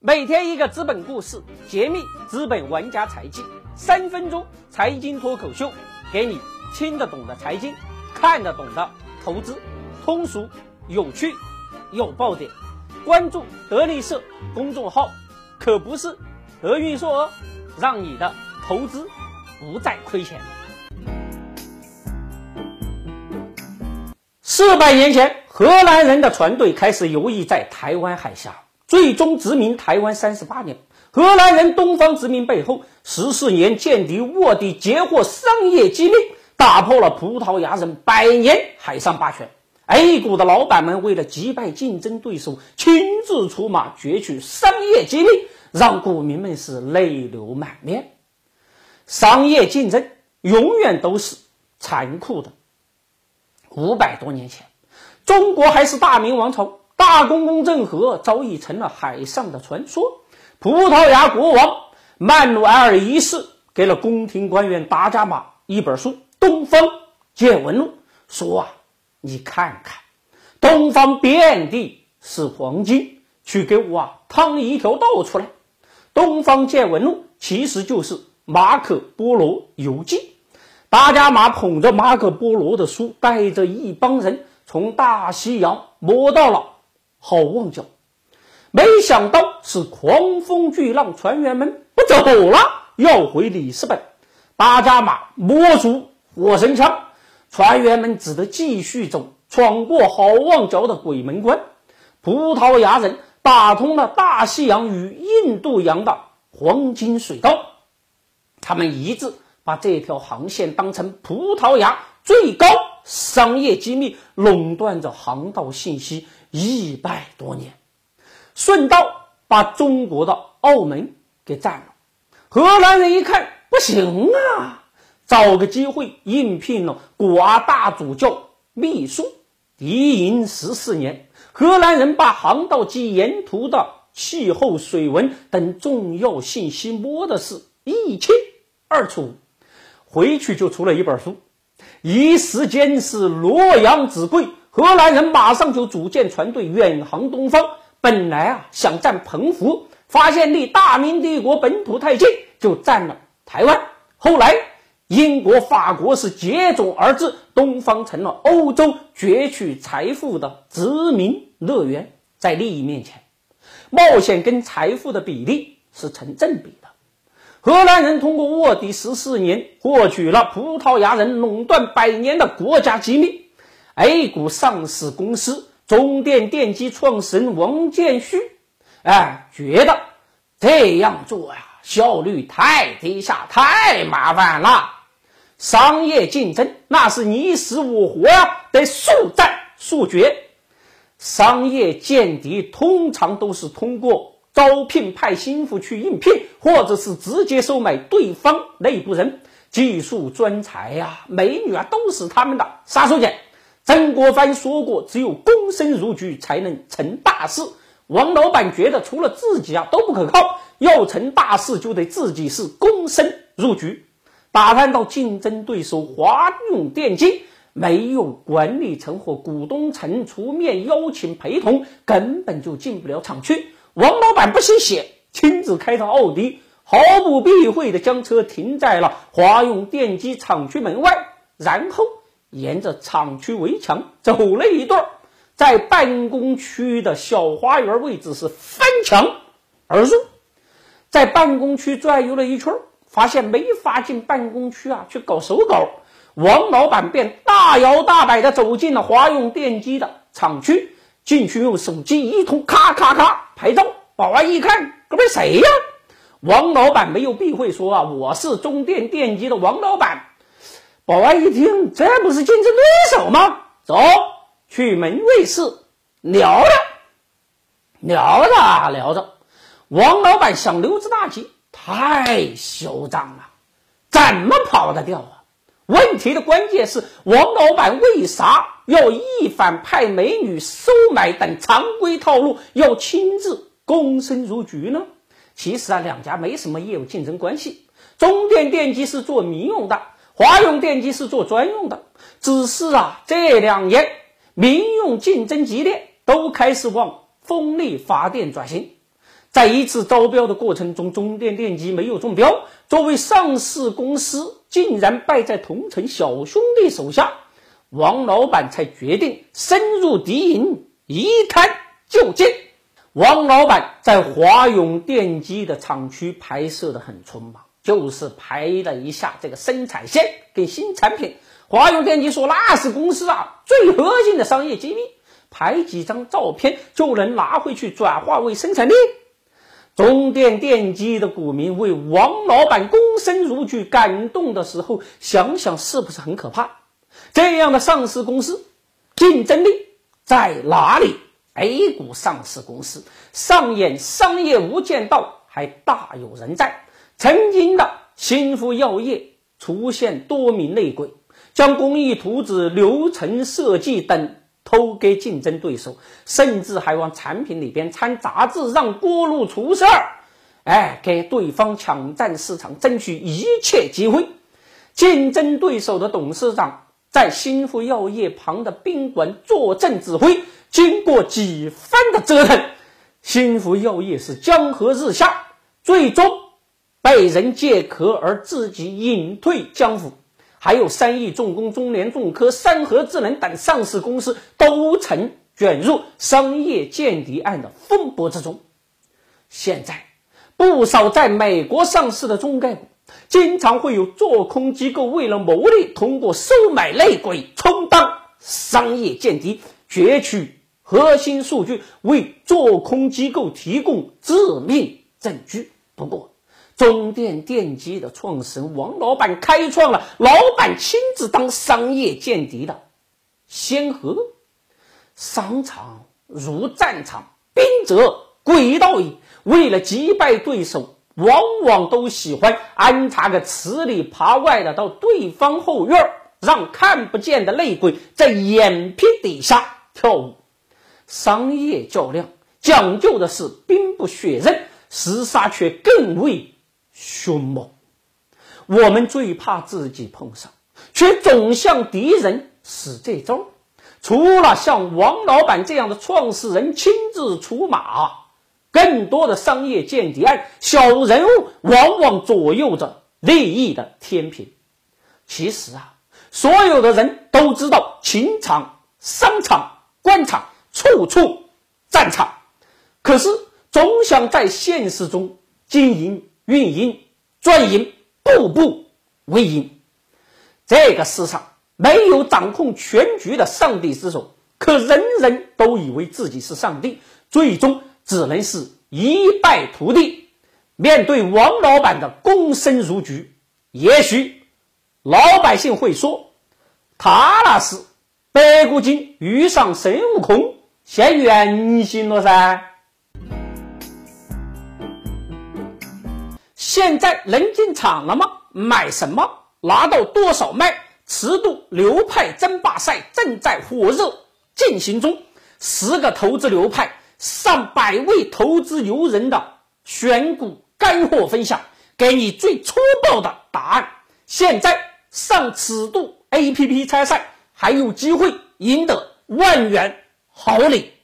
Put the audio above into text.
每天一个资本故事，揭秘资本玩家财技，3分钟财经脱口秀，给你听得懂的财经，看得懂的投资，通俗有趣有爆点。关注德力社公众号，可不是德运硕哦，让你的投资不再亏钱。400年前，荷兰人的船队开始游弋在台湾海峡，最终殖民台湾38年。荷兰人东方殖民背后，14年间谍卧底，截获商业机密，打破了葡萄牙人100年海上霸权。A 股的老板们为了击败竞争对手，亲自出马攫取商业机密，让股民们是泪流满面。商业竞争永远都是残酷的。500多年前，中国还是大明王朝，大公公郑和早已成了海上的传说。葡萄牙国王曼努埃尔一世给了宫廷官员达伽马一本书《东方见闻录》，说你看看，东方遍地是黄金，去给我趟一条道出来。《东方见闻录》其实就是马可波罗游记。达伽马捧着马可波罗的书，带着一帮人从大西洋摸到了好望角，没想到是狂风巨浪，船员们不走了，要回里斯本。达伽马摸出火绳枪，船员们只得继续走，闯过好望角的鬼门关。葡萄牙人打通了大西洋与印度洋的黄金水道，他们一致把这条航线当成葡萄牙最高商业机密，垄断着航道信息100多年，顺道把中国的澳门给占了。荷兰人一看不行啊，找个机会应聘了瓜大主教秘书。敌营14年，荷兰人把航道及沿途的气候、水文等重要信息摸的是一清二楚，回去就出了一本书，一时间是洛阳纸贵。荷兰人马上就组建船队远航东方，本来想占澎湖，发现离大明帝国本土太近，就占了台湾。后来英国、法国是接踵而至，东方成了欧洲攫取财富的殖民乐园。在利益面前，冒险跟财富的比例是成正比的。荷兰人通过卧底14年，获取了葡萄牙人垄断100年的国家机密。A 股上市公司中电电机创始人王建煦觉得这样做效率太低下，太麻烦了。商业竞争那是你死我活得速战速决。商业间谍通常都是通过招聘派心腹去应聘，或者是直接收买对方内部人，技术专才美女都是他们的杀手锏。曾国藩说过，只有躬身如局才能成大事。王老板觉得除了自己都不可靠，要成大事就得自己是躬身入局。打探到竞争对手华用电机没有管理层或股东层出面邀请陪同，根本就进不了厂区。王老板不惜血，亲自开着奥迪，毫不避讳地将车停在了华用电机厂区门外，然后沿着厂区围墙走了一段，在办公区的小花园位置是翻墙而入。在办公区转悠了一圈，发现没法进办公区去搞手稿，王老板便大摇大摆地走进了华用电机的厂区，进去用手机一通咔咔咔拍照。保安一看，这不是谁呀？王老板没有避讳说我是中电电机的王老板。保安一听，这不是竞争对手吗？走，去门卫室聊着。王老板想溜之大吉，太嚣张了，怎么跑得掉问题的关键是，王老板为啥要一反派美女、收买等常规套路，要亲自躬身入局呢？其实两家没什么业务竞争关系，中电电机是做民用的，华用电机是做专用的，只是这2年民用竞争激烈，都开始往风力发电转型。 在一次招标的过程中，中电电机没有中标，作为上市公司竟然败在同城小兄弟手下，王老板才决定深入敌营，一探究竟。王老板在华永电机的厂区拍摄的很匆忙，就是拍了一下这个生产线跟新产品。华永电机说那是公司最核心的商业机密，拍几张照片就能拿回去转化为生产力。中电电机的股民为王老板躬身如炬感动的时候，想想是不是很可怕？这样的上市公司竞争力在哪里？A 股上市公司上演商业无间道还大有人在。曾经的新福药业出现多名内鬼，将工艺图纸、流程设计等偷给竞争对手，甚至还往产品里边掺杂质，让锅炉出事儿，给对方抢占市场，争取一切机会。竞争对手的董事长在新福药业旁的宾馆坐镇指挥，经过几番的折腾，新福药业是江河日下，最终被人借壳而自己隐退江湖。还有3亿重工、中联重科、三和智能等上市公司都曾卷入商业间谍案的风波之中。现在不少在美国上市的中概股，经常会有做空机构为了牟利，通过收买内鬼充当商业间谍，攫取核心数据，为做空机构提供致命证据。不过中电电机的创始人王老板开创了老板亲自当商业间谍的先河。商场如战场，兵者诡道矣。为了击败对手，往往都喜欢安插个吃里扒外的到对方后院，让看不见的内鬼在眼皮底下跳舞。商业较量讲究的是兵不血刃，厮杀却更为凶猛。我们最怕自己碰上，却总向敌人使这招。除了像王老板这样的创始人亲自出马，更多的商业间谍案，小人物往往左右着利益的天平。其实所有的人都知道情场、商场、官场处处战场，可是总想在现实中经营、运营、专营，步步为营。这个世上没有掌控全局的上帝之手，可人人都以为自己是上帝，最终只能是一败涂地。面对王老板的躬身如炬，也许老百姓会说，他那是白骨精遇上孙悟空，现原形了噻。现在能进场了吗？买什么？拿到多少卖？尺度流派争霸赛正在火热进行中，10个投资流派，上百位投资牛人的选股干货分享，给你最粗暴的答案。现在上尺度 APP 参赛，还有机会赢得1万元好礼。